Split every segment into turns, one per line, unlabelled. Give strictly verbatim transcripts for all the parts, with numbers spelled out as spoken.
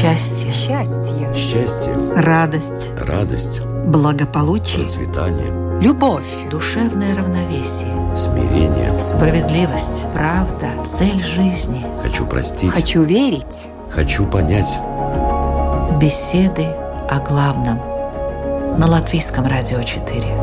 Счастье.
Счастье.
Счастье.
Радость.
Радость.
Благополучие.
Процветание.
Любовь. Душевное равновесие.
Смирение.
Справедливость. Правда. Цель жизни.
Хочу простить.
Хочу верить.
Хочу понять.
Беседы о главном. На Латвийском радио четыре.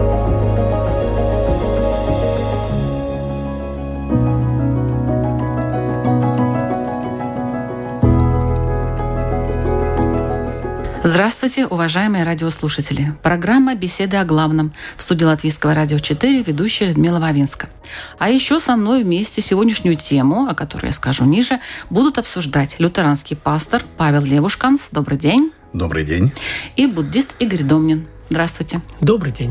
Здравствуйте, уважаемые радиослушатели. Программа «Беседы о главном». В студии Латвийского радио четыре ведущая Людмила Вавинска. А еще со мной вместе сегодняшнюю тему, о которой я скажу ниже, будут обсуждать лютеранский пастор Павел Левушканс. Добрый день.
Добрый день.
И буддист Игорь Домнин. Здравствуйте.
Добрый день.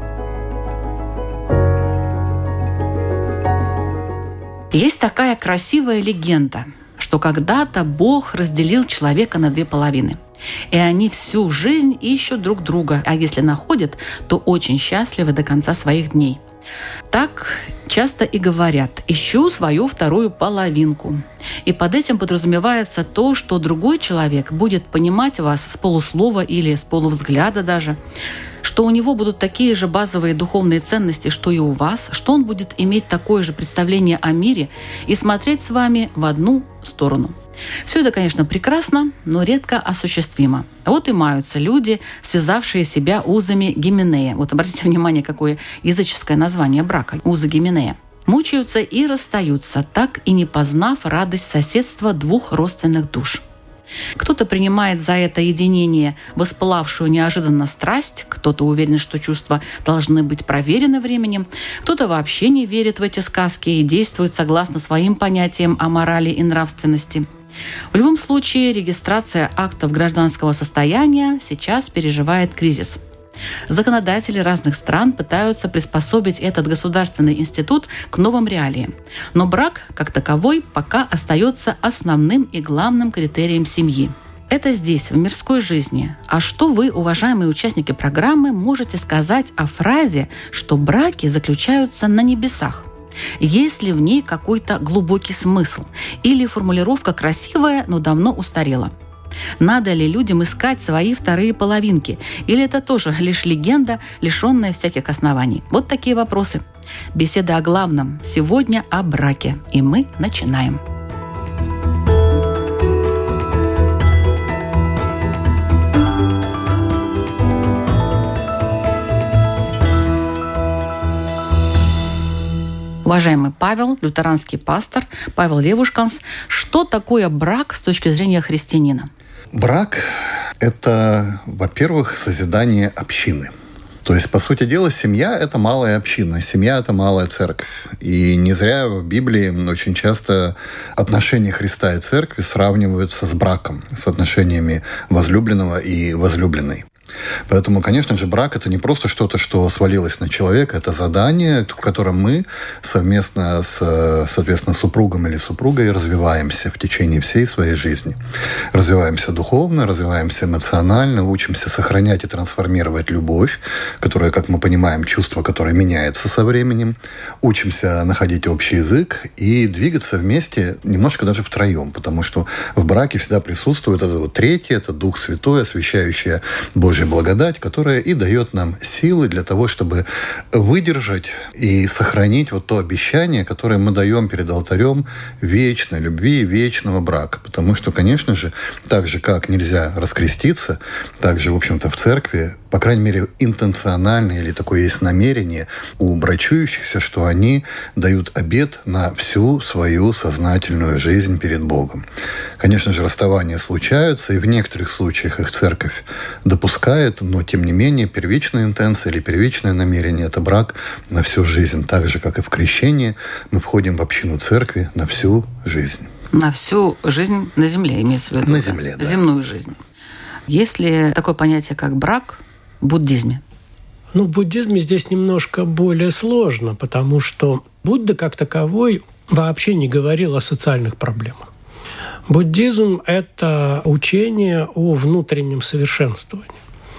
Есть такая красивая легенда, что когда-то Бог разделил человека на две половины. И они всю жизнь ищут друг друга, а если находят, то очень счастливы до конца своих дней. Так часто и говорят: «Ищу свою вторую половинку». И под этим подразумевается то, что другой человек будет понимать вас с полуслова или с полувзгляда даже, что у него будут такие же базовые духовные ценности, что и у вас, что он будет иметь такое же представление о мире и смотреть с вами в одну сторону. Все это, конечно, прекрасно, но редко осуществимо. Вот и маются люди, связавшие себя узами гименея. Вот обратите внимание, какое языческое название брака – узы гименея. Мучаются и расстаются, так и не познав радость соседства двух родственных душ. Кто-то принимает за это единение воспылавшую неожиданно страсть, кто-то уверен, что чувства должны быть проверены временем, кто-то вообще не верит в эти сказки и действует согласно своим понятиям о морали и нравственности. В любом случае, регистрация актов гражданского состояния сейчас переживает кризис. Законодатели разных стран пытаются приспособить этот государственный институт к новым реалиям. Но брак, как таковой, пока остается основным и главным критерием семьи. Это здесь, в мирской жизни. А что вы, уважаемые участники программы, можете сказать о фразе, что браки заключаются на небесах? Есть ли в ней какой-то глубокий смысл? Или формулировка красивая, но давно устарела? Надо ли людям искать свои вторые половинки? Или это тоже лишь легенда, лишенная всяких оснований? Вот такие вопросы. Беседа о главном. Сегодня о браке. И мы начинаем. Уважаемый Павел, лютеранский пастор, Павел Левушканс, что такое брак с точки зрения христианина?
Брак – это, во-первых, созидание общины. То есть, по сути дела, семья – это малая община, семья – это малая церковь. И не зря в Библии очень часто отношения Христа и церкви сравниваются с браком, с отношениями возлюбленного и возлюбленной. Поэтому, конечно же, брак – это не просто что-то, что свалилось на человека, это задание, в котором мы совместно с, соответственно, супругом или супругой развиваемся в течение всей своей жизни. Развиваемся духовно, развиваемся эмоционально, учимся сохранять и трансформировать любовь, которая, как мы понимаем, чувство, которое меняется со временем. Учимся находить общий язык и двигаться вместе немножко даже втроем, потому что в браке всегда присутствует это вот третье, это Дух Святой, освящающее Божье благодать, которая и дает нам силы для того, чтобы выдержать и сохранить вот то обещание, которое мы даем перед алтарем вечной любви и вечного брака. Потому что, конечно же, так же, как нельзя раскреститься, так же, в общем-то, в церкви, по крайней мере, интенционально или такое есть намерение у брачующихся, что они дают обет на всю свою сознательную жизнь перед Богом. Конечно же, расставания случаются, и в некоторых случаях их церковь допускает, но, тем не менее, первичная интенция или первичное намерение – это брак на всю жизнь. Так же, как и в крещении, мы входим в общину церкви на всю жизнь.
На всю жизнь на земле, имеется в виду?
На земле, да.
Земную жизнь. Есть ли такое понятие, как брак в буддизме?
Ну, в буддизме здесь немножко более сложно, потому что Будда как таковой вообще не говорил о социальных проблемах. Буддизм – это учение о внутреннем совершенствовании.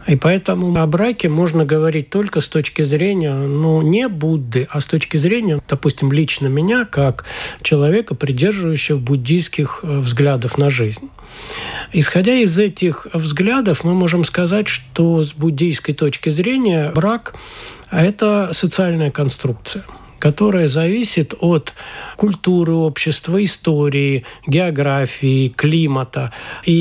И поэтому о браке можно говорить только с точки зрения, ну, не Будды, а с точки зрения, допустим, лично меня, как человека, придерживающего буддийских взглядов на жизнь. Исходя из этих взглядов, мы можем сказать, что с буддийской точки зрения брак – это социальная конструкция, которая зависит от культуры общества, истории, географии, климата.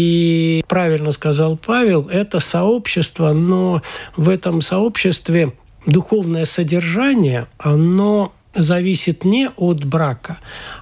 И, правильно сказал Павел, это сообщество, но в этом сообществе духовное содержание, оно зависит не от брака,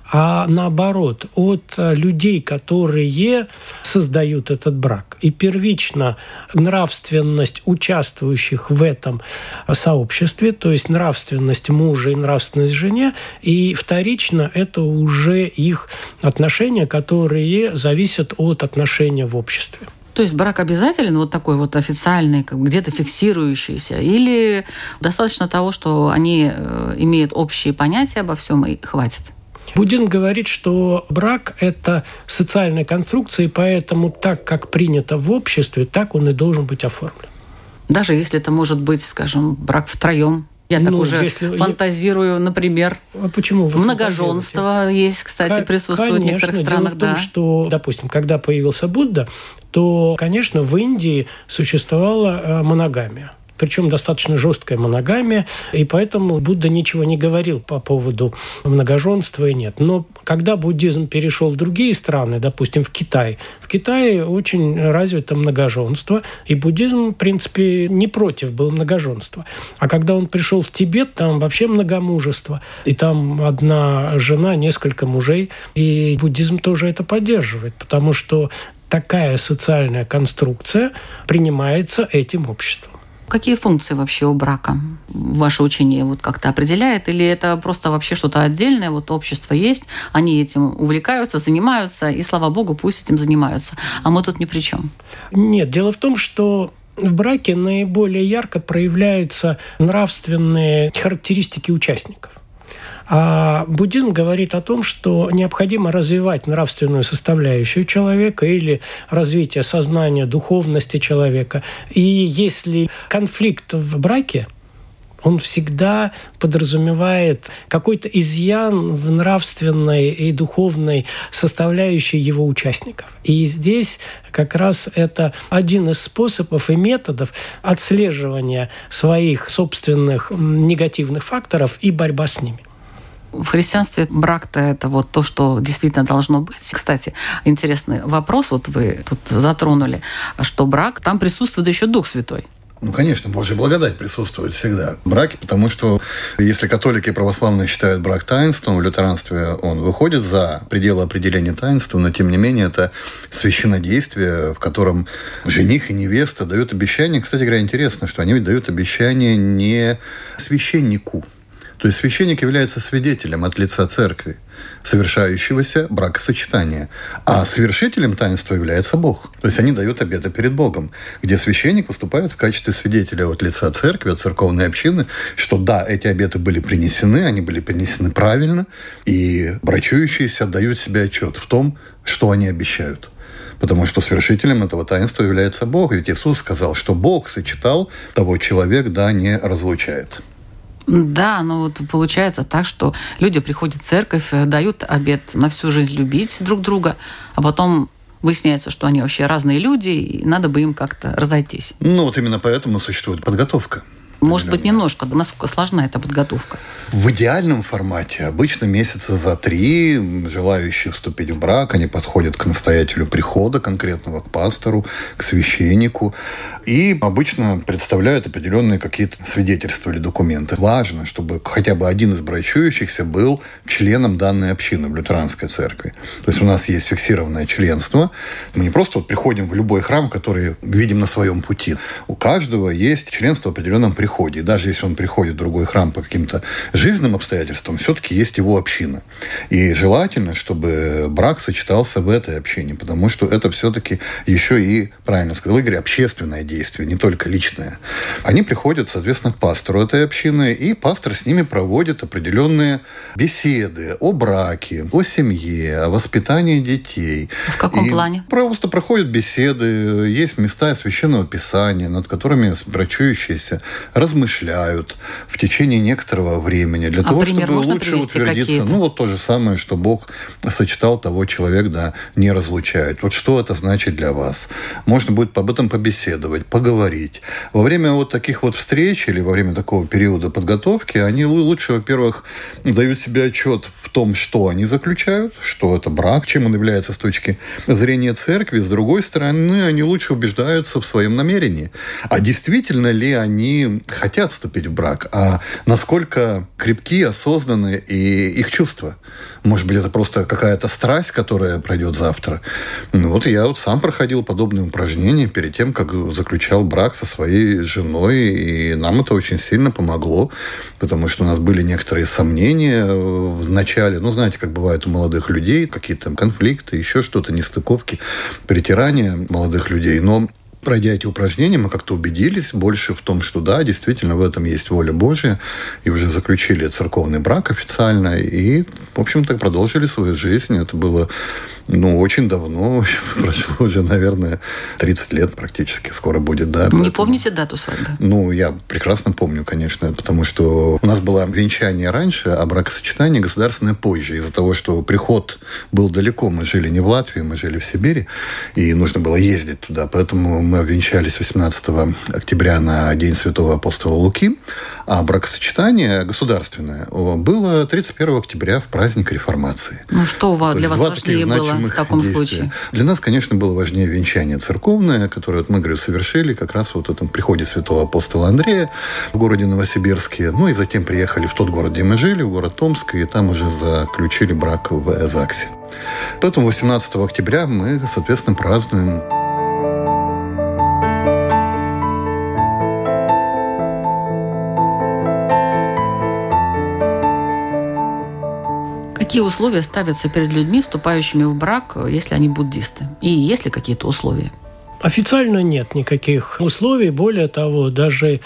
а наоборот, от людей, которые создают этот брак. И первично нравственность участвующих в этом сообществе, то есть нравственность мужа и нравственность жене, и вторично это уже их отношения, которые зависят от отношения в обществе.
То есть брак обязателен, вот такой вот официальный, как бы где-то фиксирующийся, или достаточно того, что они имеют общие понятия обо всем и хватит?
Буддизм говорит, что брак – это социальная конструкция, и поэтому так, как принято в обществе, так он и должен быть оформлен.
Даже если это может быть, скажем, брак втроем? Я ну, так уже если... фантазирую, например.
А почему вы
многоженство есть, кстати,
К-
присутствует
конечно,
в некоторых странах.
Дело в том, да. что, допустим, когда появился Будда, то, конечно, в Индии существовала моногамия. Причем достаточно жесткая моногамия, и поэтому Будда ничего не говорил по поводу многоженства и нет. Но когда буддизм перешел в другие страны, допустим, в Китай, в Китае очень развито многоженство, и буддизм, в принципе, не против был многоженства. А когда он пришел в Тибет, там вообще многомужество, и там одна жена, несколько мужей, и буддизм тоже это поддерживает, потому что такая социальная конструкция принимается этим обществом.
Какие функции вообще у брака ваше учение вот как-то определяет? Или это просто вообще что-то отдельное? Вот общество есть, они этим увлекаются, занимаются, и, слава богу, пусть этим занимаются. А мы тут ни при чем.
Нет, дело в том, что в браке наиболее ярко проявляются нравственные характеристики участников. А буддизм говорит о том, что необходимо развивать нравственную составляющую человека или развитие сознания, духовности человека. И если конфликт в браке, он всегда подразумевает какой-то изъян в нравственной и духовной составляющей его участников. И здесь как раз это один из способов и методов отслеживания своих собственных негативных факторов и борьба с ними.
В христианстве брак-то это вот то, что действительно должно быть. Кстати, интересный вопрос, вот вы тут затронули, что брак, там присутствует еще Дух Святой.
Ну, конечно, Божья благодать присутствует всегда в браке, потому что если католики и православные считают брак таинством, в лютеранстве он выходит за пределы определения таинства, но тем не менее это священнодействие, в котором жених и невеста дают обещание. Кстати говоря, интересно, что они ведь дают обещание не священнику. То есть священник является свидетелем от лица церкви совершающегося бракосочетания, а совершителем таинства является Бог. То есть они дают обеты перед Богом, где священник выступает в качестве свидетеля от лица церкви, от церковной общины, что да, эти обеты были принесены, они были принесены правильно, и брачующиеся отдают себе отчет в том, что они обещают. Потому что совершителем этого таинства является Бог. Ведь Иисус сказал, что Бог сочетал, того человек, да, не разлучает.
Да, но вот получается так, что люди приходят в церковь, дают обет на всю жизнь любить друг друга, а потом выясняется, что они вообще разные люди, и надо бы им как-то разойтись.
Ну, вот именно поэтому существует подготовка.
Может быть, немножко. Насколько сложна эта подготовка?
В идеальном формате обычно месяца за три желающие вступить в брак, они подходят к настоятелю прихода конкретного, к пастору, к священнику, и обычно представляют определенные какие-то свидетельства или документы. Важно, чтобы хотя бы один из брачующихся был членом данной общины в лютеранской церкви. То есть у нас есть фиксированное членство. Мы не просто вот приходим в любой храм, который видим на своем пути. У каждого есть членство в определенном приходе. приходе. И даже если он приходит в другой храм по каким-то жизненным обстоятельствам, все-таки есть его община. И желательно, чтобы брак сочетался в этой общине, потому что это все-таки еще и, правильно сказал Игорь, общественное действие, не только личное. Они приходят, соответственно, к пастору этой общины, и пастор с ними проводит определенные беседы о браке, о семье, о воспитании детей.
В каком
и
плане?
Просто проходят беседы, есть места Священного Писания, над которыми брачующиеся размышляют в течение некоторого времени для
а
того,
пример
чтобы
можно
лучше утвердиться.
какие-то?
Ну, вот то же самое, что Бог сочетал, того человек, да, не разлучает. Вот что это значит для вас? Можно будет об этом побеседовать, поговорить. Во время вот таких вот встреч или во время такого периода подготовки они лучше, во-первых, дают себе отчет в том, что они заключают, что это брак, чем он является с точки зрения церкви. С другой стороны, они лучше убеждаются в своем намерении. А действительно ли они хотят вступить в брак? А насколько крепки, осознанны и их чувства? Может быть, это просто какая-то страсть, которая пройдет завтра. Ну, вот я вот сам проходил подобные упражнения перед тем, как заключал брак со своей женой, и нам это очень сильно помогло, потому что у нас были некоторые сомнения в начале. Ну, знаете, как бывает у молодых людей, какие-то конфликты, еще что-то, нестыковки, притирания молодых людей. Но пройдя эти упражнения, мы как-то убедились больше в том, что да, действительно, в этом есть воля Божья, и уже заключили церковный брак официально, и, в общем-то, продолжили свою жизнь. Это было, ну, очень давно, прошло уже, наверное, тридцать лет практически, скоро будет, да.
Не
Поэтому...
помните дату свадьбы?
Ну, я прекрасно помню, конечно, потому что у нас было венчание раньше, а бракосочетание государственное позже. Из-за того, что приход был далеко, мы жили не в Латвии, мы жили в Сибири, и нужно было ездить туда, поэтому мы венчались восемнадцатого октября на День Святого Апостола Луки, а бракосочетание государственное было тридцать первого октября в праздник Реформации.
Ну, что у вас, для вас важнее было в таком
действия.
случае?
Для нас, конечно, было важнее венчание церковное, которое, вот мы, говорю, совершили как раз вот в этом приходе Святого Апостола Андрея в городе Новосибирске. Ну и затем приехали в тот город, где мы жили, в город Томск, и там уже заключили брак в ЗАГСе. Поэтому восемнадцатого октября мы, соответственно, празднуем.
Какие условия ставятся перед людьми, вступающими в брак, если они буддисты? И есть ли какие-то условия?
Официально нет никаких условий. Более того, даже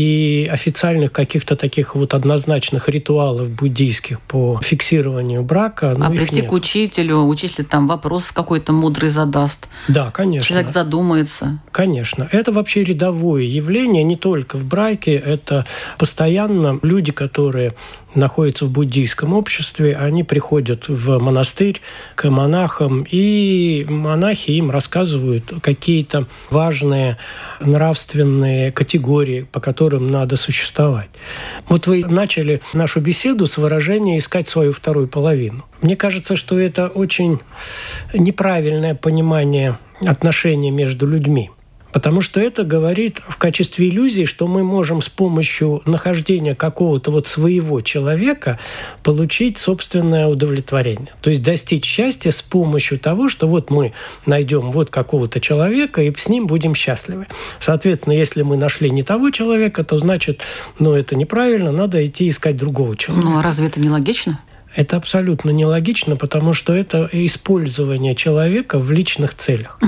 и официальных каких-то таких вот однозначных ритуалов буддийских по фиксированию брака.
А прийти к учителю, учитель там вопрос какой-то мудрый задаст.
Да, конечно.
Человек задумается.
Конечно. Это вообще рядовое явление, не только в браке. Это постоянно люди, которые находятся в буддийском обществе, они приходят в монастырь к монахам, и монахи им рассказывают какие-то важные нравственные категории, по которым надо существовать. Вот вы начали нашу беседу с выражения «искать свою вторую половину». Мне кажется, что это очень неправильное понимание отношений между людьми. Потому что это говорит в качестве иллюзии, что мы можем с помощью нахождения какого-то вот своего человека получить собственное удовлетворение. То есть достичь счастья с помощью того, что вот мы найдем вот какого-то человека и с ним будем счастливы. Соответственно, если мы нашли не того человека, то значит, ну это неправильно, надо идти искать другого человека.
Ну а разве это не логично?
Это абсолютно нелогично, потому что это использование человека в личных целях.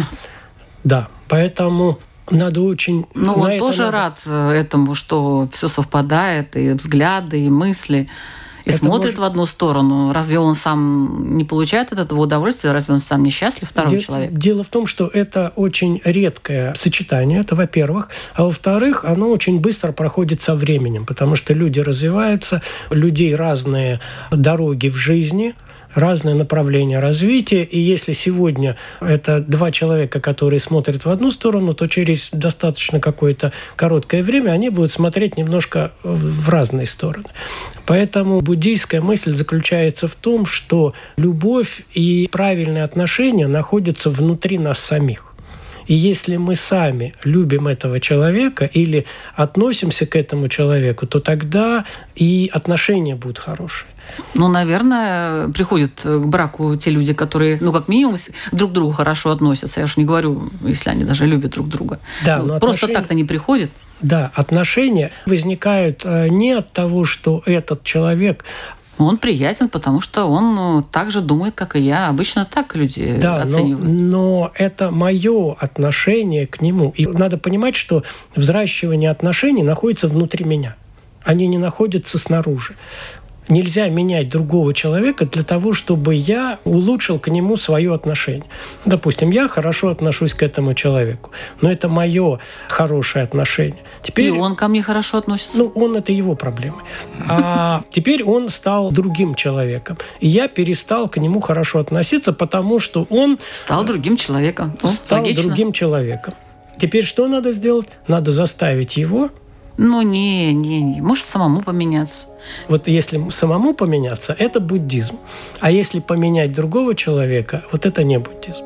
Да, поэтому надо очень...
Ну, он тоже надо... рад этому, что все совпадает, и взгляды, и мысли, и это смотрит может... в одну сторону. Разве он сам не получает от этого удовольствия? Разве он сам не счастлив, второй
Де...
человек?
Дело в том, что это очень редкое сочетание, это во-первых. А во-вторых, оно очень быстро проходит со временем, потому что люди развиваются, у людей разные дороги в жизни, разные направления развития, и если сегодня это два человека, которые смотрят в одну сторону, то через достаточно какое-то короткое время они будут смотреть немножко в разные стороны. Поэтому буддийская мысль заключается в том, что любовь и правильные отношения находятся внутри нас самих. И если мы сами любим этого человека или относимся к этому человеку, то тогда и отношения будут хорошие.
Ну, наверное, приходят к браку те люди, которые, ну, как минимум, друг к другу хорошо относятся. Я уж не говорю, если они даже любят друг друга.
Да,
ну,
но
просто
отношения...
так-то не приходят.
Да, отношения возникают не от того, что этот человек...
Он приятен, потому что он так же думает, как и я. Обычно так люди
да,
оценивают.
Но, но это мое отношение к нему. И надо понимать, что взращивание отношений находится внутри меня. Они не находятся снаружи. Нельзя менять другого человека для того, чтобы я улучшил к нему свое отношение. Допустим, я хорошо отношусь к этому человеку, но это мое хорошее отношение. Теперь,
и он ко мне хорошо относится.
Ну, он – это его проблемы. А теперь он стал другим человеком. И я перестал к нему хорошо относиться, потому что он…
Стал другим человеком. Ну,
стал
логично.
другим человеком. Теперь что надо сделать? Надо заставить его…
Ну, не, не, не. Может, самому поменяться.
Вот если самому поменяться, это буддизм. А если поменять другого человека, вот это не буддизм.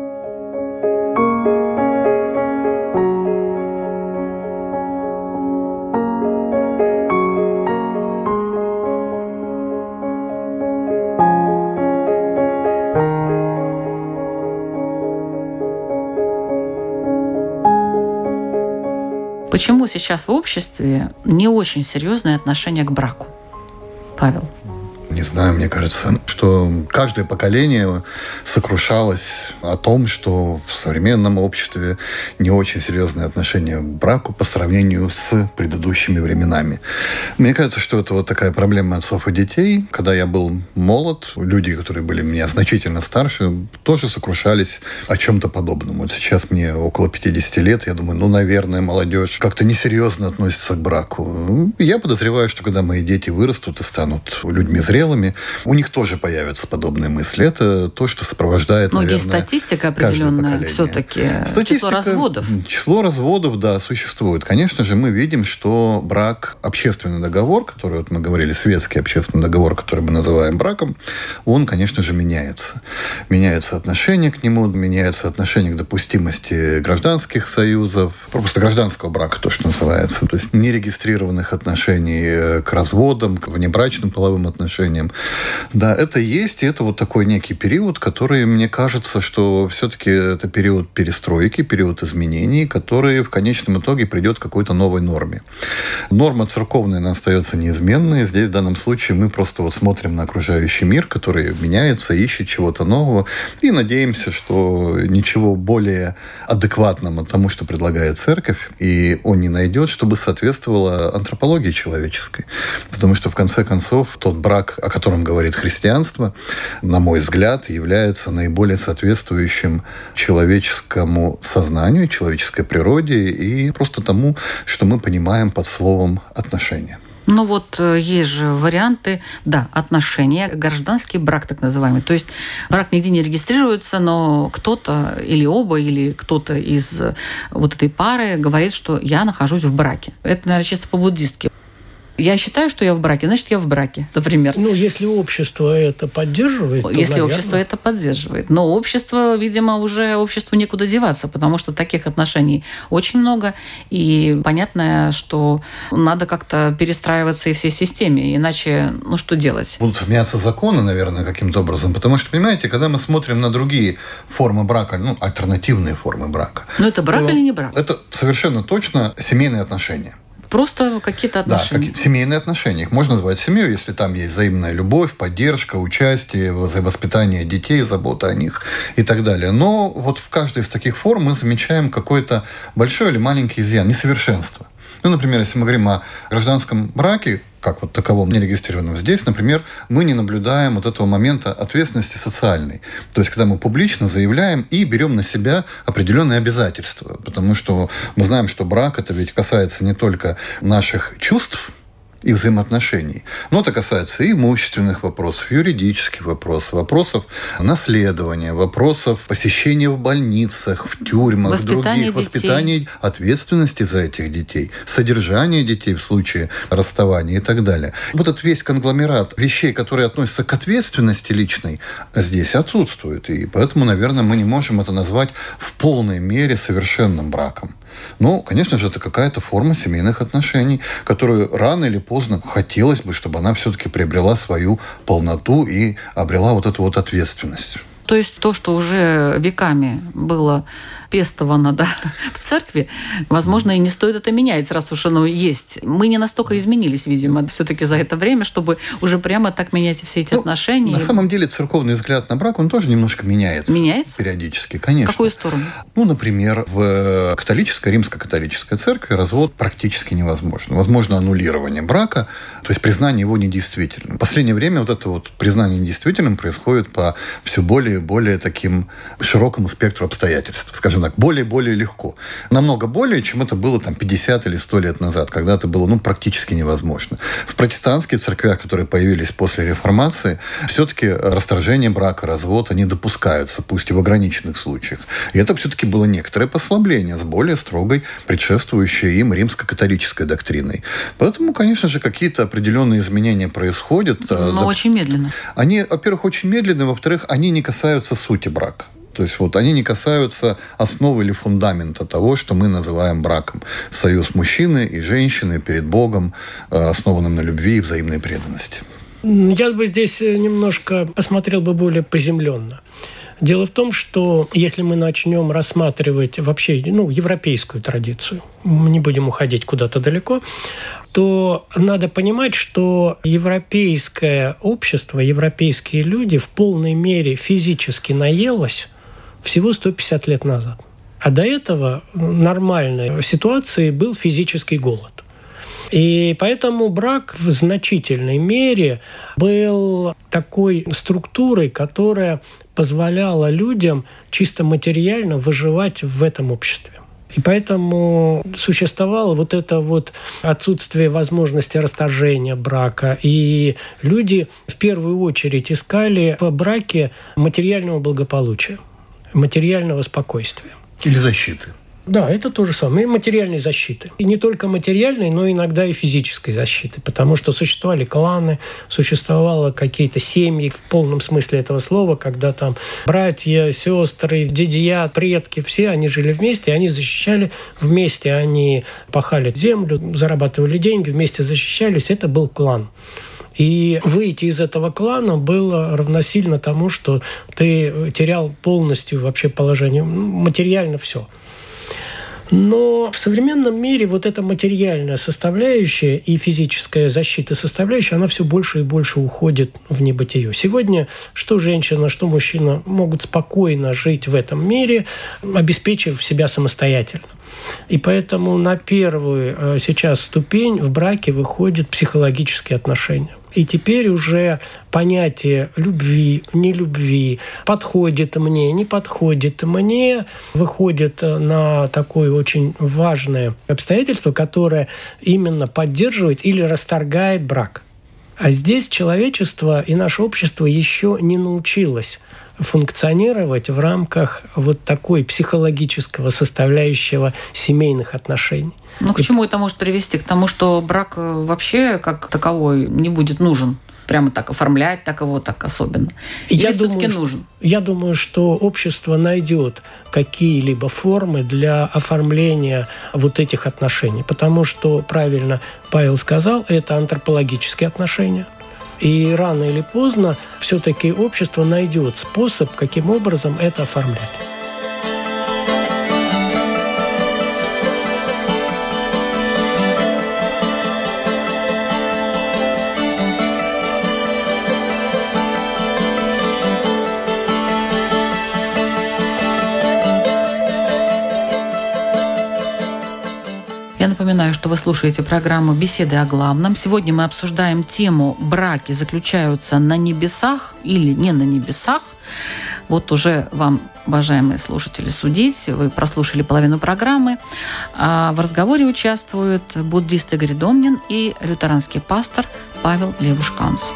Почему сейчас в обществе не очень серьезное отношение к браку? Павел.
Не знаю, мне кажется, что каждое поколение сокрушалось о том, что в современном обществе не очень серьезное отношение к браку по сравнению с предыдущими временами. Мне кажется, что это вот такая проблема отцов и детей. Когда я был молод, люди, которые были меня значительно старше, тоже сокрушались о чем-то подобном. Вот сейчас мне около пятидесяти лет, я думаю, ну, наверное, молодежь как-то несерьезно относится к браку. Я подозреваю, что когда мои дети вырастут и станут людьми зрелыми, у них тоже появятся подобные мысли. Это то, что сопровождает,
но
наверное,
есть статистика определенная все-таки.
Статистика,
число разводов.
Число разводов, да, существует. Конечно же, мы видим, что брак, общественный договор, который, вот мы говорили, светский общественный договор, который мы называем браком, он, конечно же, меняется. Меняется отношение к нему, меняется отношение к допустимости гражданских союзов, просто гражданского брака, то, что называется. То есть нерегистрированных отношений к разводам, к внебрачным половым отношениям. Да, это есть, и это вот такой некий период, который, мне кажется, что все-таки это период перестройки, период изменений, который в конечном итоге придет к какой-то новой норме. Норма церковная, она остается неизменной. Здесь в данном случае мы просто вот смотрим на окружающий мир, который меняется, ищет чего-то нового, и надеемся, что ничего более адекватного тому, что предлагает церковь, и он не найдет, чтобы соответствовало антропологии человеческой. Потому что, в конце концов, тот брак, о котором говорит христианство, на мой взгляд, является наиболее соответствующим человеческому сознанию, человеческой природе и просто тому, что мы понимаем под словом «отношения».
Ну вот есть же варианты, да, отношения, гражданский брак так называемый. То есть брак нигде не регистрируется, но кто-то или оба, или кто-то из вот этой пары говорит, что я нахожусь в браке. Это, наверное, чисто по-буддистски. Я считаю, что я в браке, значит, я в браке, например.
Ну, если общество это поддерживает, то,
Если
наверное...
общество это поддерживает. Но общество, видимо, уже обществу некуда деваться, потому что таких отношений очень много. И понятно, что надо как-то перестраиваться и всей системе, иначе, ну, что делать?
Будут меняться законы, наверное, каким-то образом. Потому что, понимаете, когда мы смотрим на другие формы брака, ну, альтернативные формы брака.
Но это брак или не брак?
Это совершенно точно семейные отношения.
Просто какие-то отношения.
Да, как, семейные отношения. Их можно назвать семьей, если там есть взаимная любовь, поддержка, участие, воспитание детей, забота о них и так далее. Но вот в каждой из таких форм мы замечаем какой-то большой или маленький изъян, несовершенство. Ну, например, если мы говорим о гражданском браке, как вот таковом нерегистрированном здесь, например, мы не наблюдаем вот этого момента ответственности социальной. То есть, когда мы публично заявляем и берем на себя определенные обязательства. Потому что мы знаем, что брак, это ведь касается не только наших чувств и взаимоотношений. Но это касается и имущественных вопросов, юридических вопросов, вопросов наследования, вопросов посещения в больницах, в тюрьмах,
воспитание
других, воспитания, ответственности за этих детей, содержание детей в случае расставания и так далее. Вот этот весь конгломерат вещей, которые относятся к ответственности личной, здесь отсутствует. И поэтому, наверное, мы не можем это назвать в полной мере совершенным браком. Ну, конечно же, это какая-то форма семейных отношений, которую рано или поздно хотелось бы, чтобы она все-таки приобрела свою полноту и обрела вот эту вот ответственность.
То есть то, что уже веками было пестовано, да, в церкви, возможно, и не стоит это менять, раз уж оно есть. Мы не настолько изменились, видимо, все-таки за это время, чтобы уже прямо так менять все эти ну, отношения.
На самом деле церковный взгляд на брак, он тоже немножко меняется.
Меняется?
Периодически, конечно.
В какую сторону?
Ну, например, в католической, римско-католической церкви развод практически невозможен. Возможно аннулирование брака, то есть признание его недействительным. В последнее время вот это вот признание недействительным происходит по все более и более таким широкому спектру обстоятельств. Скажем так, более-более легко. Намного более, чем это было там пятьдесят или сто лет назад, когда это было ну, практически невозможно. В протестантских церквях, которые появились после реформации, все-таки расторжение брака, развод, они допускаются, пусть и в ограниченных случаях. И это все-таки было некоторое послабление с более строгой, предшествующей им римско-католической доктриной. Поэтому, конечно же, какие-то определенные изменения происходят.
Но да, очень медленно.
Они, во-первых, очень медленны, во-вторых, они не касаются сути брака. То есть вот они не касаются основы или фундамента того, что мы называем браком. Союз мужчины и женщины перед Богом, основанным на любви и взаимной преданности.
Я бы здесь немножко посмотрел бы более приземленно. Дело в том, что если мы начнем рассматривать вообще ну, европейскую традицию, мы не будем уходить куда-то далеко, то надо понимать, что европейское общество, европейские люди в полной мере физически наелось всего сто пятьдесят лет назад. А до этого нормальной ситуации был физический голод. И поэтому брак в значительной мере был такой структурой, которая позволяла людям чисто материально выживать в этом обществе. И поэтому существовало вот это вот отсутствие возможности расторжения брака. И люди в первую очередь искали в браке материального благополучия, материального спокойствия.
Или защиты.
Да, это то же самое. И материальной защиты. И не только материальной, но иногда и физической защиты. Потому что существовали кланы, существовали какие-то семьи в полном смысле этого слова, когда там братья, сестры, дядья, предки, все они жили вместе, и они защищали вместе. Они пахали землю, зарабатывали деньги, вместе защищались. Это был клан. И выйти из этого клана было равносильно тому, что ты терял полностью вообще положение, материально все. Но в современном мире вот эта материальная составляющая и физическая защита составляющая, она все больше и больше уходит в небытие. Сегодня что женщина, что мужчина могут спокойно жить в этом мире, обеспечив себя самостоятельно. И поэтому на первую сейчас ступень в браке выходят психологические отношения. И теперь уже понятие любви, нелюбви, подходит мне, не подходит мне, выходит на такое очень важное обстоятельство, которое именно поддерживает или расторгает брак. А здесь человечество и наше общество еще не научилось функционировать в рамках вот такой психологического составляющего семейных отношений.
Ну, к чему это может привести? К тому, что брак вообще как таковой не будет нужен? Прямо так оформлять, так его так особенно? Или
я
все-таки
думаю,
нужен?
Я думаю, что общество найдет какие-либо формы для оформления вот этих отношений. Потому что, правильно Павел сказал, это антропологические отношения. И рано или поздно все-таки общество найдет способ, каким образом это оформлять.
Я напоминаю, что вы слушаете программу «Беседы о главном». Сегодня мы обсуждаем тему «Браки заключаются на небесах или не на небесах». Вот уже вам, уважаемые слушатели, судить. Вы прослушали половину программы. А в разговоре участвуют буддист Игорь Домнин и лютеранский пастор Павел Левушканц.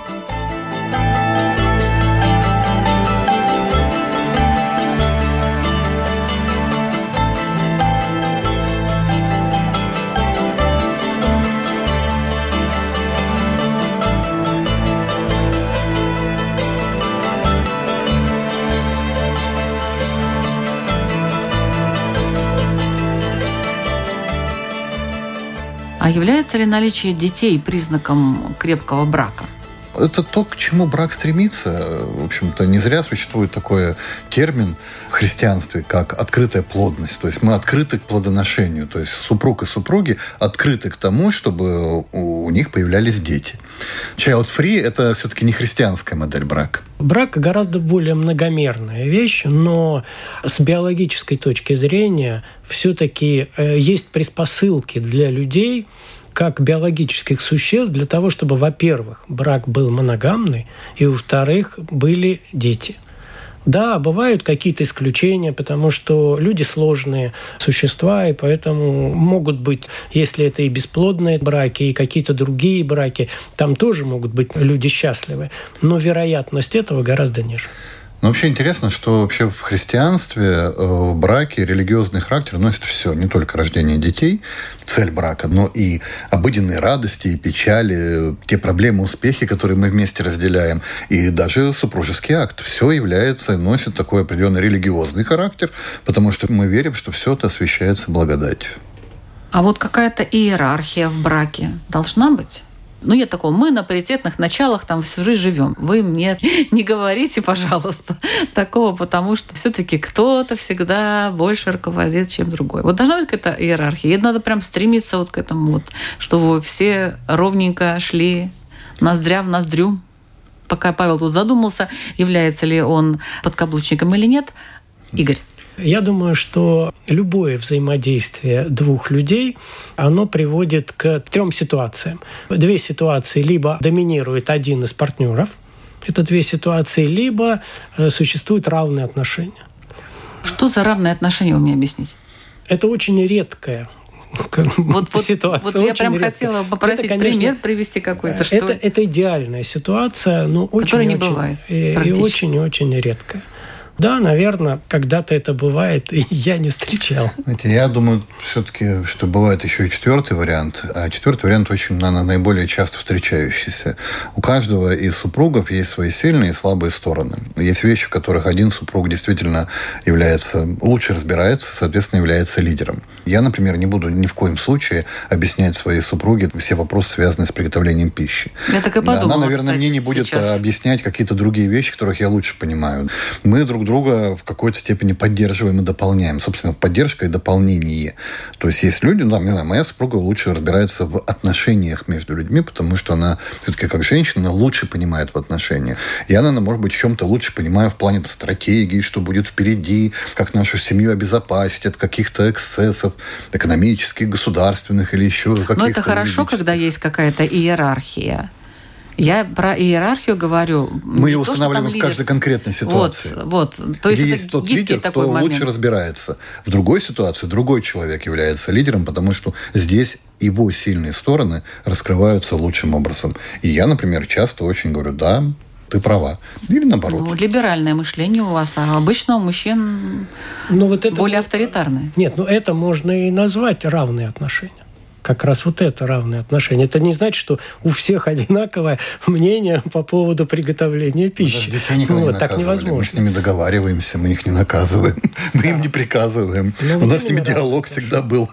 А является ли наличие детей признаком крепкого брака?
Это то, к чему брак стремится. В общем-то, не зря существует такой термин в христианстве, как открытая плодность. То есть мы открыты к плодоношению. То есть супруг и супруги открыты к тому, чтобы у них появлялись дети. Child-free – это все-таки не христианская модель брака.
Брак гораздо более многомерная вещь, но с биологической точки зрения все-таки есть предпосылки для людей, как биологических существ, для того, чтобы, во-первых, брак был моногамный, и, во-вторых, были дети. Да, бывают какие-то исключения, потому что люди сложные существа, и поэтому могут быть, если это и бесплодные браки, и какие-то другие браки, там тоже могут быть люди счастливы. Но вероятность этого гораздо ниже.
Но вообще интересно, что вообще в христианстве в браке религиозный характер носит все. Не только рождение детей, цель брака, но и обыденные радости и печали, те проблемы, успехи, которые мы вместе разделяем, и даже супружеский акт. Все является, носит такой определенный религиозный характер, потому что мы верим, что все это освящается благодатью.
А вот какая-то иерархия в браке должна быть? Ну, нет такого, мы на паритетных началах там всю жизнь живем. Вы мне не говорите, пожалуйста, такого, потому что все-таки кто-то всегда больше руководит, чем другой. Вот должна быть какая-то иерархия. И надо прям стремиться вот к этому, вот, чтобы все ровненько шли ноздря в ноздрю. Пока Павел тут задумался, является ли он подкаблучником или нет. Игорь.
Я думаю, что любое взаимодействие двух людей, оно приводит к трем ситуациям. Две ситуации: либо доминирует один из партнеров, это две ситуации, либо существуют равные отношения.
Что за равные отношения, вы мне объясните?
Это очень редкая
вот,
ситуация.
Вот, вот я прям редкая. Хотела попросить это, конечно, пример привести какой-то. Что...
Это, это идеальная ситуация, но
которая не
очень,
бывает
и, и очень-очень редкая. Да, наверное, когда-то это бывает, и я не встречал.
Знаете, я думаю, все-таки, что бывает еще и четвертый вариант. А четвертый вариант очень, наверное, наиболее часто встречающийся. У каждого из супругов есть свои сильные и слабые стороны. Есть вещи, в которых один супруг действительно является, лучше разбирается, соответственно, является лидером. Я, например, не буду ни в коем случае объяснять своей супруге все вопросы, связанные с приготовлением пищи.
Я так и подумала,
Она, наверное,
кстати,
мне не будет
сейчас.
объяснять какие-то другие вещи, которых я лучше понимаю. Мы друг друга в какой-то степени поддерживаем и дополняем. Собственно, поддержка и дополнение. То есть есть люди, ну, не знаю, моя супруга лучше разбирается в отношениях между людьми, потому что она все-таки как женщина лучше понимает в отношениях. Я, наверное, может быть, в чем-то лучше понимаю в плане стратегии, что будет впереди, как нашу семью обезопасить от каких-то эксцессов экономических, государственных или еще каких-то.
Но это хорошо, когда есть какая-то иерархия. Я про иерархию говорю.
Мы ее устанавливаем в каждой конкретной ситуации.
Вот, вот. То есть,
где
это
есть тот лидер, кто момент. лучше разбирается. В другой ситуации другой человек является лидером, потому что здесь его сильные стороны раскрываются лучшим образом. И я, например, часто очень говорю: да, ты права. Или наоборот.
Ну, либеральное мышление у вас, а обычно у мужчин
ну, вот это
более
вот,
авторитарное.
Нет, ну это можно и назвать равные отношения. Как раз вот это равные отношения. Это не значит, что у всех одинаковое мнение по поводу приготовления пищи.
Мы детей никогда
вот,
не
так невозможно.
Мы с ними договариваемся, мы их не наказываем, мы им не приказываем. У нас с ними диалог всегда был.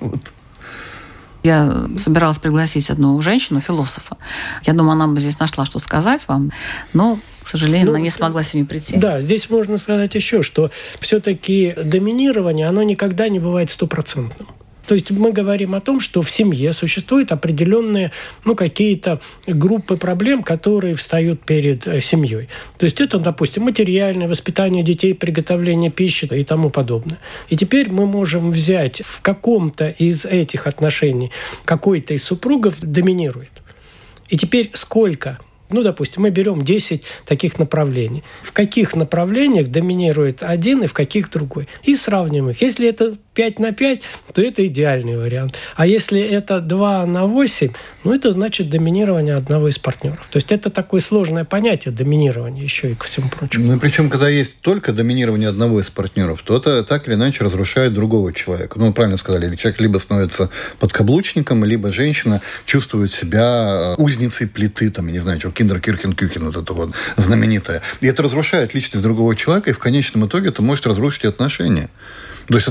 Я собиралась пригласить одну женщину, философа. Я думаю, она бы здесь нашла, что сказать вам, но, к сожалению, ну, она не смогла сегодня прийти.
Да, здесь можно сказать еще, что все-таки доминирование, оно никогда не бывает стопроцентным. То есть мы говорим о том, что в семье существуют определенные, ну, какие-то группы проблем, которые встают перед семьей. То есть это, допустим, материальное воспитание детей, приготовление пищи и тому подобное. И теперь мы можем взять в каком-то из этих отношений какой-то из супругов доминирует. И теперь сколько? Ну, допустим, мы берем десять таких направлений. В каких направлениях доминирует один и в каких другой. И сравним их. Если это пять на пять, то это идеальный вариант. А если это два на восемь, ну, это значит доминирование одного из партнеров. То есть это такое сложное понятие доминирования еще и ко всему прочему.
Ну, и причем, когда есть только доминирование одного из партнеров, то это так или иначе разрушает другого человека. Ну, правильно сказали, человек либо становится подкаблучником, либо женщина чувствует себя узницей плиты, там, я не знаю, что, Киндер-Кюрхен-Кюхен, вот это вот знаменитое. И это разрушает личность другого человека, и в конечном итоге это может разрушить отношения. То есть это будет либо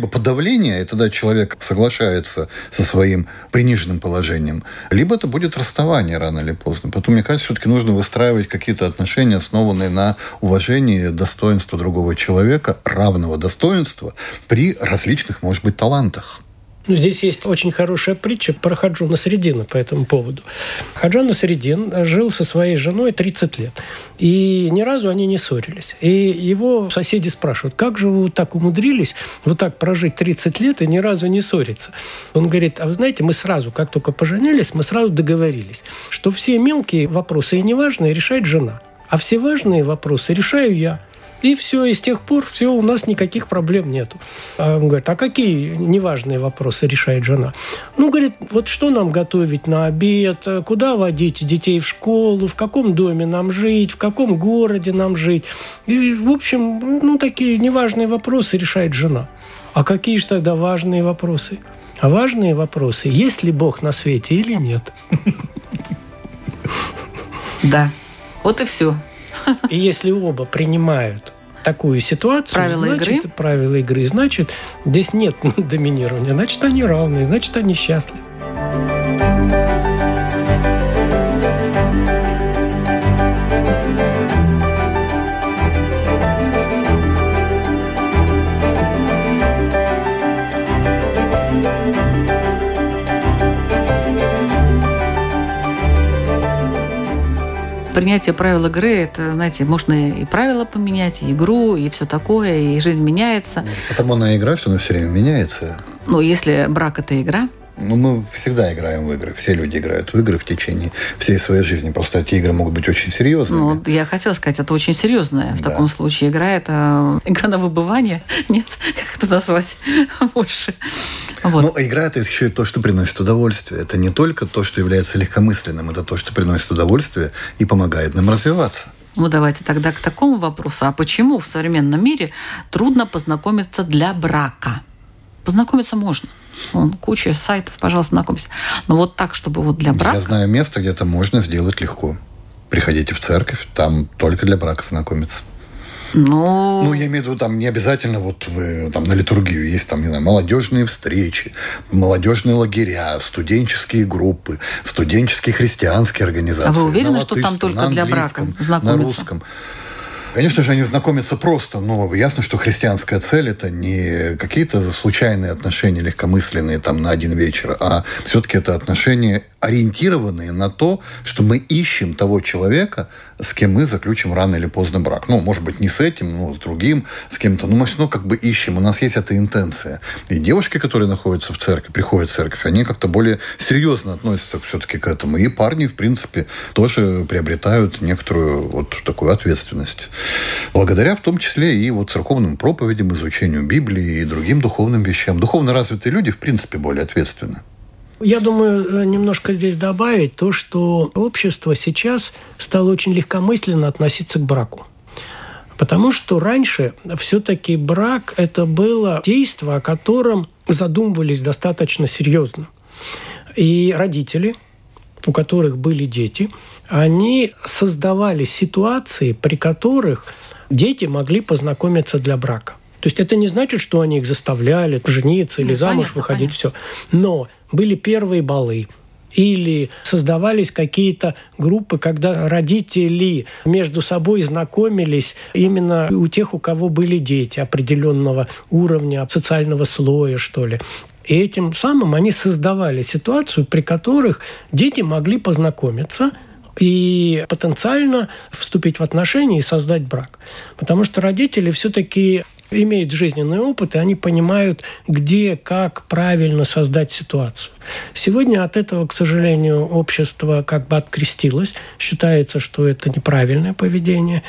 либо подавление, и тогда человек соглашается со своим приниженным положением, либо это будет расставание рано или поздно. Поэтому, мне кажется, все-таки нужно выстраивать какие-то отношения, основанные на уважении достоинства другого человека, равного достоинства при различных, может быть, талантах.
Ну, здесь есть очень хорошая притча про Хаджу Насреддина по этому поводу. Хаджа Насреддин жил со своей женой тридцать лет. И ни разу они не ссорились. И его соседи спрашивают, как же вы вот так умудрились вот так прожить тридцать лет и ни разу не ссориться? Он говорит, а вы знаете, мы сразу, как только поженились, мы сразу договорились, что все мелкие вопросы и неважные решает жена, а все важные вопросы решаю я. И все, и с тех пор все, у нас никаких проблем нету. А он говорит, а какие неважные вопросы решает жена? Ну, говорит, вот что нам готовить на обед, куда водить детей в школу, в каком доме нам жить, в каком городе нам жить. И, в общем, ну, такие неважные вопросы решает жена. А какие же тогда важные вопросы? А важные вопросы, есть ли Бог на свете или нет?
Да, вот и все.
И если оба принимают такую ситуацию,
правила
значит,
игры.
правила игры, значит, здесь нет доминирования, значит, они равны, значит, они счастливы.
Принятие правил игры, это, знаете, можно и правила поменять, и игру, и все такое, и жизнь меняется.
Потому она игра, что она все время меняется.
Ну, если брак – это игра.
Ну, мы всегда играем в игры. Все люди играют в игры в течение всей своей жизни. Просто эти игры могут быть очень серьезными.
Ну, я хотела сказать, это очень серьезная в
да.
таком случае игра. Это игра на выбывание. Нет, как это назвать больше. Вот.
Ну, игра – это еще и то, что приносит удовольствие. Это не только то, что является легкомысленным, это то, что приносит удовольствие и помогает нам развиваться.
Ну, давайте тогда к такому вопросу. А почему в современном мире трудно познакомиться для брака? Познакомиться можно. Вон, куча сайтов, пожалуйста, знакомься. Но вот так, чтобы вот для брака...
Я знаю место, где это можно сделать легко. Приходите в церковь, там только для брака знакомиться.
Ну...
Ну, я имею в виду, там не обязательно вот вы, там на литургию есть там, не знаю, молодежные встречи, молодежные лагеря, студенческие группы, студенческие христианские организации.
А вы уверены,
на
что там только
на
для брака знакомиться?
На русском. Конечно же, они знакомятся просто, но ясно, что христианская цель – это не какие-то случайные отношения легкомысленные там на один вечер, а все-таки это отношения, ориентированные на то, что мы ищем того человека, с кем мы заключим рано или поздно брак. Ну, может быть, не с этим, но с другим, с кем-то. Но мы все равно как бы ищем. У нас есть эта интенция. И девушки, которые находятся в церкви, приходят в церковь, они как-то более серьезно относятся все-таки к этому. И парни, в принципе, тоже приобретают некоторую вот такую ответственность. Благодаря в том числе и вот церковным проповедям, изучению Библии и другим духовным вещам. Духовно развитые люди, в принципе, более ответственны.
Я думаю, немножко здесь добавить то, что общество сейчас стало очень легкомысленно относиться к браку. Потому что раньше все-таки брак – это было действие, о котором задумывались достаточно серьезно. И родители, у которых были дети, они создавали ситуации, при которых дети могли познакомиться для брака. То есть это не значит, что они их заставляли жениться или ну, замуж понятно, выходить, все. Но были первые балы. Или создавались какие-то группы, когда родители между собой знакомились именно у тех, у кого были дети определенного уровня, социального слоя, что ли. И этим самым они создавали ситуацию, при которых дети могли познакомиться и потенциально вступить в отношения и создать брак. Потому что родители все-таки имеют жизненный опыт, и они понимают, где, как правильно создать ситуацию. Сегодня от этого, к сожалению, общество как бы открестилось. Считается, что это неправильное поведение.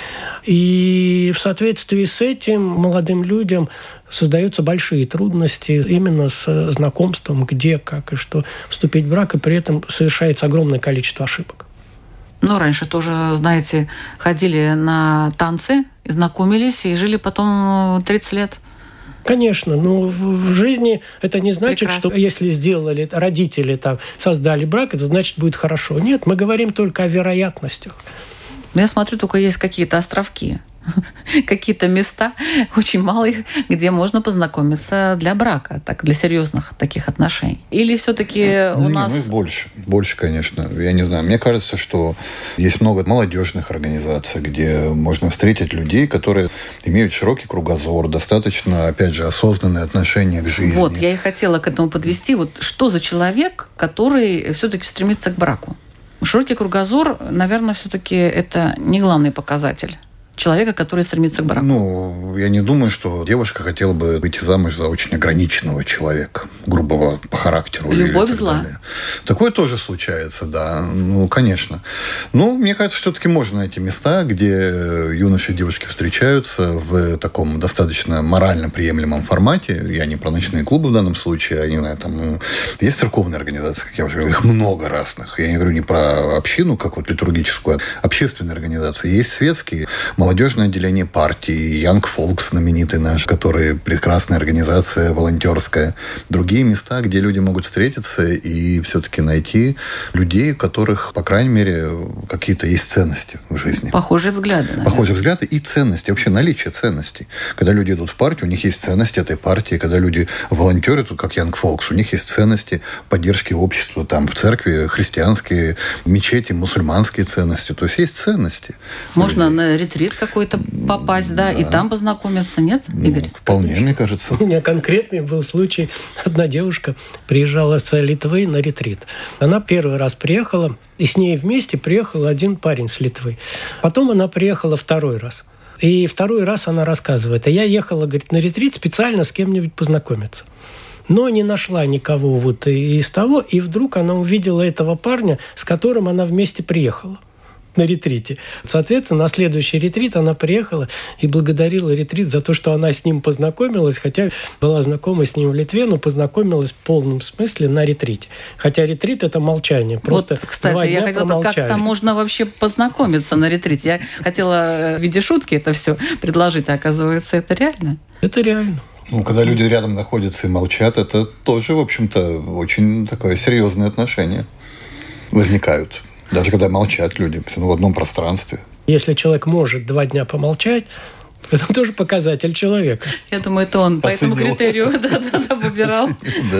И в соответствии с этим молодым людям создаются большие трудности именно с знакомством, где, как и что вступить в брак, и при этом совершается огромное количество ошибок.
Ну, раньше тоже, знаете, ходили на танцы, знакомились и жили потом тридцать лет.
Конечно, но в жизни это не значит,
Прекрасно.
Что если сделали, родители там создали брак, это значит будет хорошо. Нет, мы говорим только о вероятностях.
Я смотрю, только есть какие-то островки. какие-то места, очень мало их, где можно познакомиться для брака, так, для серьезных таких отношений. Или все-таки у
не,
нас...
Ну, их больше. Больше, конечно. Я не знаю. Мне кажется, что есть много молодежных организаций, где можно встретить людей, которые имеют широкий кругозор, достаточно, опять же, осознанное отношение к жизни.
Вот, я и хотела к этому подвести. Вот что за человек, который все-таки стремится к браку? Широкий кругозор, наверное, все-таки это не главный показатель человека, который стремится к браку.
Ну, я не думаю, что девушка хотела бы выйти замуж за очень ограниченного человека, грубого по характеру.
Любовь зла.
Далее. Такое тоже случается, да. Ну, конечно. Но мне кажется, все-таки можно найти места, где юноши и девушки встречаются в таком достаточно морально приемлемом формате. Я не про ночные клубы в данном случае, а не знаю, там есть церковные организации, как я уже говорил, их много разных. Я не говорю не про общину, как вот литургическую, а общественные организации. Есть светские, молодежное отделение партии, Young Folks знаменитый наш, который прекрасная организация волонтерская. Другие места, где люди могут встретиться и все-таки найти людей, у которых, по крайней мере, какие-то есть ценности в жизни.
Похожие взгляды. Наверное.
Похожие взгляды и ценности. Вообще наличие ценностей. Когда люди идут в партию, у них есть ценности этой партии. Когда люди волонтерят, как Young Folks, у них есть ценности поддержки общества. Там в церкви христианские, в мечети мусульманские ценности. То есть есть ценности.
Можно на ретрит какой-то попасть, да, да, и там познакомиться, нет, Игорь?
Ну, вполне, мне кажется.
У меня конкретный был случай. Одна девушка приезжала с Литвы на ретрит. Она первый раз приехала, и с ней вместе приехал один парень с Литвы. Потом она приехала второй раз. И второй раз она рассказывает. А я ехала, говорит, на ретрит специально с кем-нибудь познакомиться. Но не нашла никого вот из того. И вдруг она увидела этого парня, с которым она вместе приехала на ретрите. Соответственно, на следующий ретрит она приехала и благодарила ретрит за то, что она с ним познакомилась, хотя была знакома с ним в Литве, но познакомилась в полном смысле на ретрите. Хотя ретрит – это молчание. Просто
вот, кстати,
два дня
я хотела,
промолчали.
как там можно вообще познакомиться на ретрите. Я хотела в виде шутки это все предложить, а оказывается, это реально.
Это реально.
Ну, когда люди рядом находятся и молчат, это тоже, в общем-то, очень такое серьезное отношение возникают. Даже когда молчат люди в одном пространстве.
Если человек может два дня помолчать, это тоже показатель человека.
Я думаю, это он по этому критерию выбирал.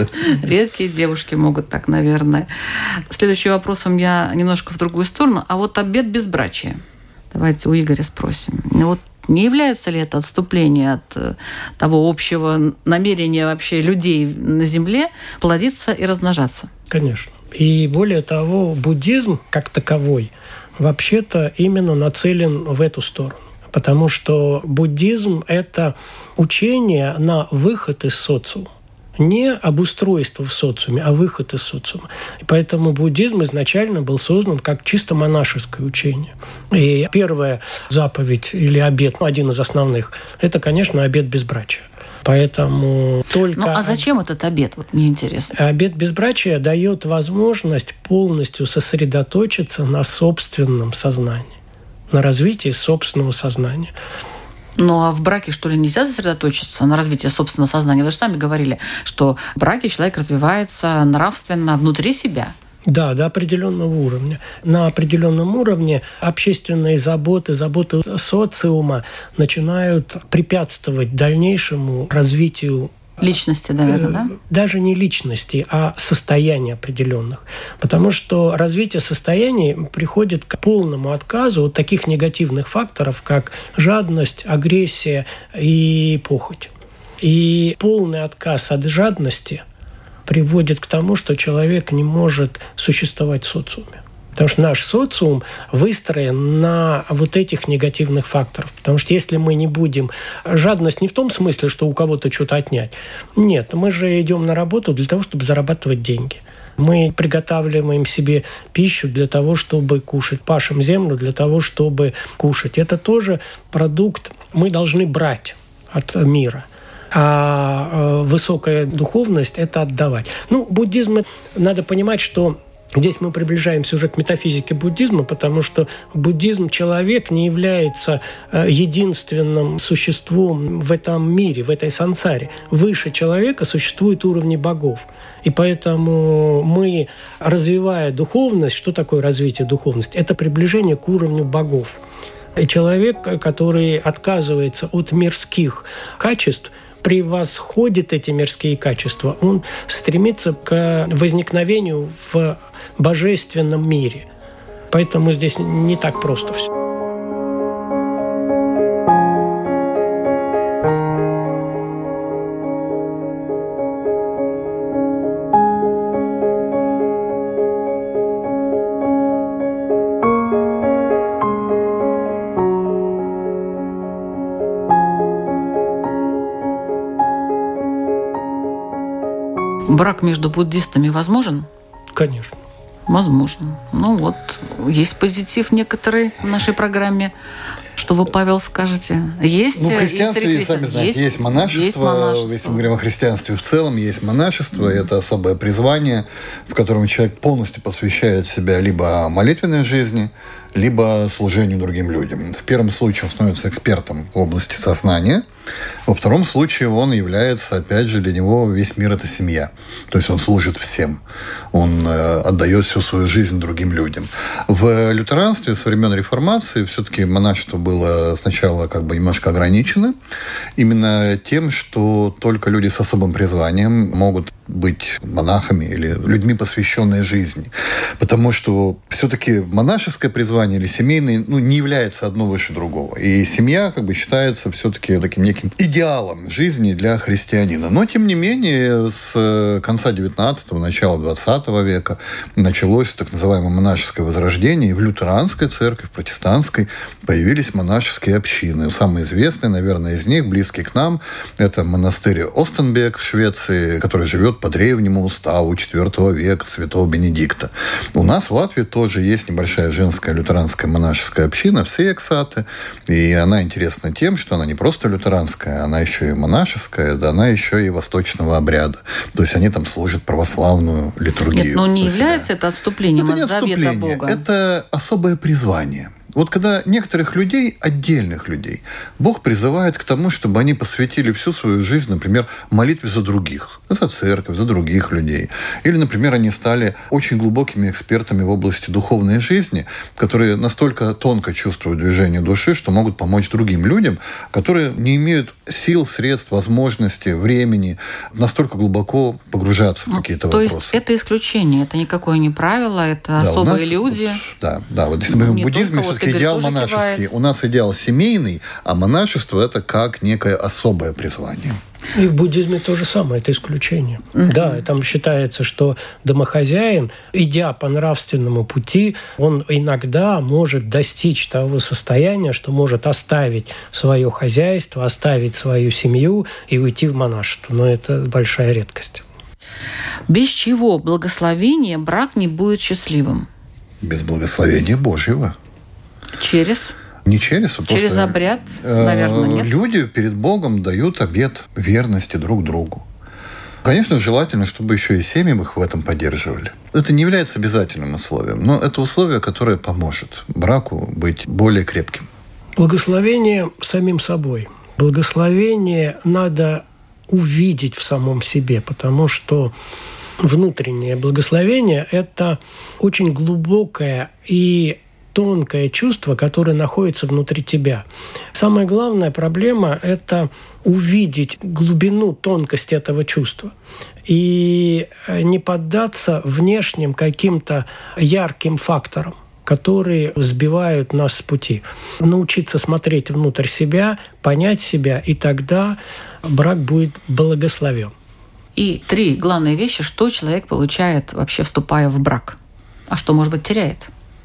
Редкие девушки могут так, наверное. Следующий вопрос у меня немножко в другую сторону. А вот обет безбрачия. Давайте у Игоря спросим. Вот не является ли это отступление от того общего намерения вообще людей на Земле плодиться и размножаться?
Конечно. И более того, буддизм как таковой вообще-то именно нацелен в эту сторону. Потому что буддизм – это учение на выход из социума. Не обустройство в социуме, а выход из социума. И поэтому буддизм изначально был создан как чисто монашеское учение. И первая заповедь или обет, один из основных, это, конечно, обет безбрачия. Поэтому только...
Ну, а зачем этот обет? Вот мне интересно.
Обет безбрачия дает возможность полностью сосредоточиться на собственном сознании, на развитии собственного сознания.
Ну, а в браке, что ли, нельзя сосредоточиться на развитии собственного сознания? Вы же сами говорили, что в браке человек развивается нравственно внутри себя.
Да, до определенного уровня. На определенном уровне общественные заботы, заботы социума начинают препятствовать дальнейшему развитию
личности, наверное, да?
Даже не личности, а состояний определенных. Потому что развитие состояний приходит к полному отказу от таких негативных факторов, как жадность, агрессия и похоть. И полный отказ от жадности приводит к тому, что человек не может существовать в социуме. Потому что наш социум выстроен на вот этих негативных факторах. Потому что если мы не будем... Жадность не в том смысле, что у кого-то что-то отнять. Нет, мы же идем на работу для того, чтобы зарабатывать деньги. Мы приготавливаем себе пищу для того, чтобы кушать. Пашем землю для того, чтобы кушать. Это тоже продукт. Мы должны брать от мира. А высокая духовность – это отдавать. Ну, буддизм, надо понимать, что здесь мы приближаемся уже к метафизике буддизма, потому что буддизм, человек не является единственным существом в этом мире, в этой сансаре. Выше человека существуют уровни богов. И поэтому мы, развивая духовность, что такое развитие духовности? Это приближение к уровню богов. И человек, который отказывается от мирских качеств, превосходит эти мирские качества, он стремится к возникновению в божественном мире. Поэтому здесь не так просто все.
Брак между буддистами возможен?
Конечно.
Возможен. Ну вот, есть позитив некоторый в нашей программе. Что вы, Павел, скажете? Есть?
Ну, в христианстве, сами знаете, есть, есть монашество. Есть монашество. Если мы говорим о христианстве в целом, есть монашество. Mm-hmm. Это особое призвание, в котором человек полностью посвящает себя либо молитвенной жизни, либо служению другим людям. В первом случае он становится экспертом в области сознания. Во втором случае он является, опять же, для него весь мир – это семья. То есть он служит всем. Он э, отдает всю свою жизнь другим людям. В лютеранстве со времен реформации все-таки монашество было сначала как бы немножко ограничено. Именно тем, что только люди с особым призванием могут быть монахами или людьми, посвященные жизни. Потому что все-таки монашеское призвание или семейное ну, не является одно выше другого. И семья как бы считается все-таки таким неким идеалом жизни для христианина. Но, тем не менее, с конца девятнадцатого, начала двадцатого века началось так называемое монашеское возрождение. И в лютеранской церкви, в протестантской появились монашеские общины. Самые известные, наверное, из них, близкие к нам, это монастырь Остенбек в Швеции, который живет по древнему уставу четвёртого века святого Бенедикта. У нас в Латвии тоже есть небольшая женская лютеранская монашеская община в Сиексате, и она интересна тем, что она не просто лютеранская, она еще и монашеская, да, она еще и восточного обряда. То есть они там служат православную литургию.
Нет, но не является себя. Это отступлением
это
от завета Бога?
Это особое призвание. Вот когда некоторых людей, отдельных людей, Бог призывает к тому, чтобы они посвятили всю свою жизнь, например, молитве за других, за церковь, за других людей. Или, например, они стали очень глубокими экспертами в области духовной жизни, которые настолько тонко чувствуют движение души, что могут помочь другим людям, которые не имеют сил, средств, возможности, времени настолько глубоко погружаться в какие-то
ну, то
вопросы.
То есть это исключение, это никакое не правило, это да, особые
нас,
люди.
Вот, да, да, вот если мы говорим, в буддизме все-таки идеал монашеский. Кивает. У нас идеал семейный, а монашество – это как некое особое призвание.
И в буддизме то же самое, это исключение. Uh-huh. Да, там считается, что домохозяин, идя по нравственному пути, он иногда может достичь того состояния, что может оставить свое хозяйство, оставить свою семью и уйти в монашество. Но это большая редкость.
Без чего благословения брак не будет счастливым?
Без благословения Божьего.
Через?
Не через, а
через
просто,
обряд, наверное, нет?
Люди перед Богом дают обет верности друг другу. Конечно, желательно, чтобы еще и семьи их в этом поддерживали. Это не является обязательным условием, но это условие, которое поможет браку быть более крепким.
Благословение самим собой. Благословение надо увидеть в самом себе, потому что внутреннее благословение – это очень глубокое и тонкое чувство, которое находится внутри тебя. Самая главная проблема – это увидеть глубину, тонкость этого чувства и не поддаться внешним каким-то ярким факторам, которые сбивают нас с пути. Научиться смотреть внутрь себя, понять себя, и тогда брак будет благословен.
И три главные вещи, что человек получает, вообще вступая в брак, а что, может быть, теряет?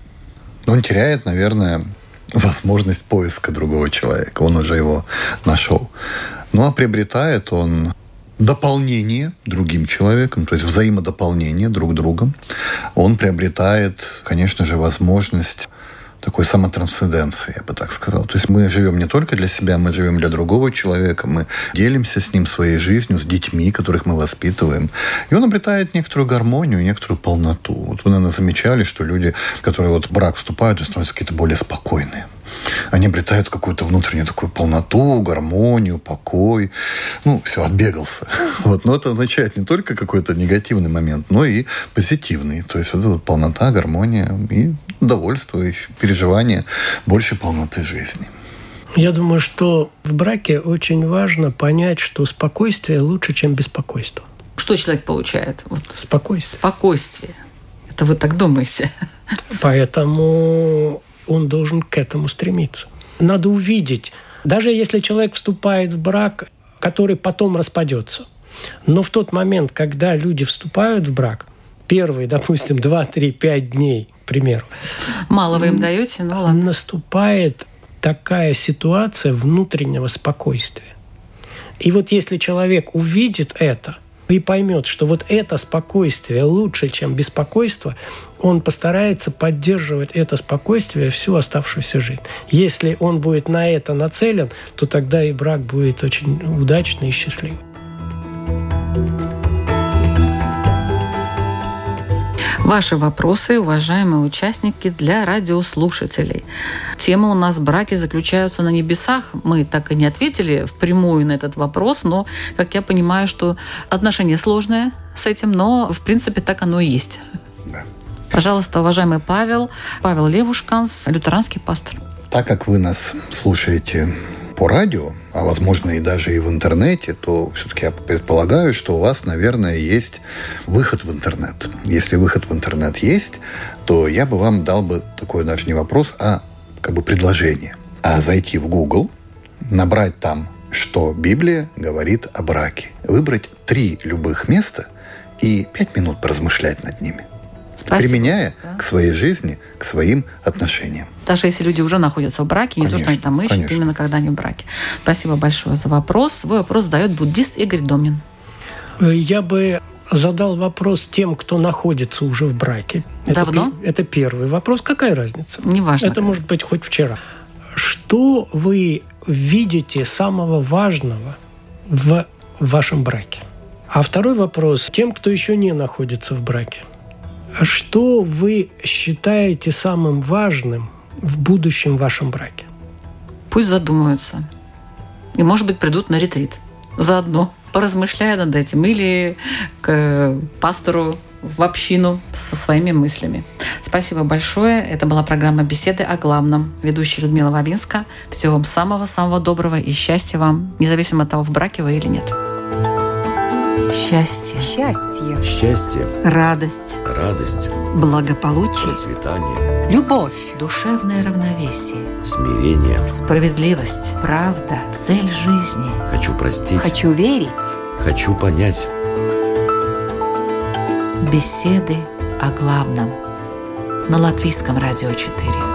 Он теряет, наверное, возможность поиска другого человека. Он уже его нашел. Ну, а приобретает он дополнение другим человеком, то есть взаимодополнение друг другом. Он приобретает, конечно же, возможность такой самотрансценденции, я бы так сказал. То есть мы живем не только для себя, мы живем для другого человека, мы делимся с ним своей жизнью, с детьми, которых мы воспитываем. И он обретает некоторую гармонию, некоторую полноту. Вот вы, наверное, замечали, что люди, которые вот в брак вступают, становятся какие-то более спокойные. Они обретают какую-то внутреннюю такую полноту, гармонию, покой. Ну, все, отбегался. Вот. Но это означает не только какой-то негативный момент, но и позитивный. То есть вот эта вот полнота, гармония и довольство и переживание большей полноты жизни.
Я думаю, что в браке очень важно понять, что спокойствие лучше, чем беспокойство.
Что человек получает? Вот
Спокойствие.
Спокойствие. Это вы так думаете?
Поэтому он должен к этому стремиться. Надо увидеть, даже если человек вступает в брак, который потом распадется, но в тот момент, когда люди вступают в брак, первые, допустим, два, три, пять дней, к примеру,
мало вы им даете, ну ладно.
Наступает такая ситуация внутреннего спокойствия. И вот если человек увидит это и поймет, что вот это спокойствие лучше, чем беспокойство, он постарается поддерживать это спокойствие всю оставшуюся жизнь. Если он будет на это нацелен, то тогда и брак будет очень удачный и счастливый.
Ваши вопросы, уважаемые участники, для радиослушателей. Тема у нас «Браки заключаются на небесах». Мы так и не ответили впрямую на этот вопрос, но, как я понимаю, что отношение сложное с этим, но, в принципе, так оно и есть.
Да.
Пожалуйста, уважаемый Павел, Павел Левушканс, лютеранский пастор.
Так как вы нас слушаете по радио, а возможно и даже и в интернете, то все-таки я предполагаю, что у вас, наверное, есть выход в интернет. Если выход в интернет есть, то я бы вам дал бы такой даже не вопрос, а как бы предложение. А зайти в Google, набрать там, что Библия говорит о браке, выбрать три любых места и пять минут поразмышлять над ними. Спасибо. Применяя да. к своей жизни, к своим отношениям.
Даже если люди уже находятся в браке, не
конечно,
то, что они там ищут,
конечно.
именно когда они в браке. Спасибо большое за вопрос. Свой вопрос задает буддист Игорь Домнин.
Я бы задал вопрос тем, кто находится уже в браке.
Давно?
Это, это первый вопрос. Какая разница?
Неважно.
Это может быть хоть вчера. Что вы видите самого важного в вашем браке? А второй вопрос тем, кто еще не находится в браке. Что вы считаете самым важным в будущем вашем браке?
Пусть задумаются. И, может быть, придут на ретрит. Заодно, поразмышляя над этим. Или к пастору в общину со своими мыслями. Спасибо большое. Это была программа «Беседы о главном». Ведущая Людмила Вавинска. Всего вам самого-самого доброго и счастья вам, независимо от того, в браке вы или нет. Счастье.
Счастье.
Счастье.
Радость.
Радость.
Благополучие.
Процветание.
Любовь.
Душевное равновесие.
Смирение.
Справедливость. Правда. Цель жизни.
Хочу простить.
Хочу верить.
Хочу понять.
Беседы о главном. На Латвийском радио четыре.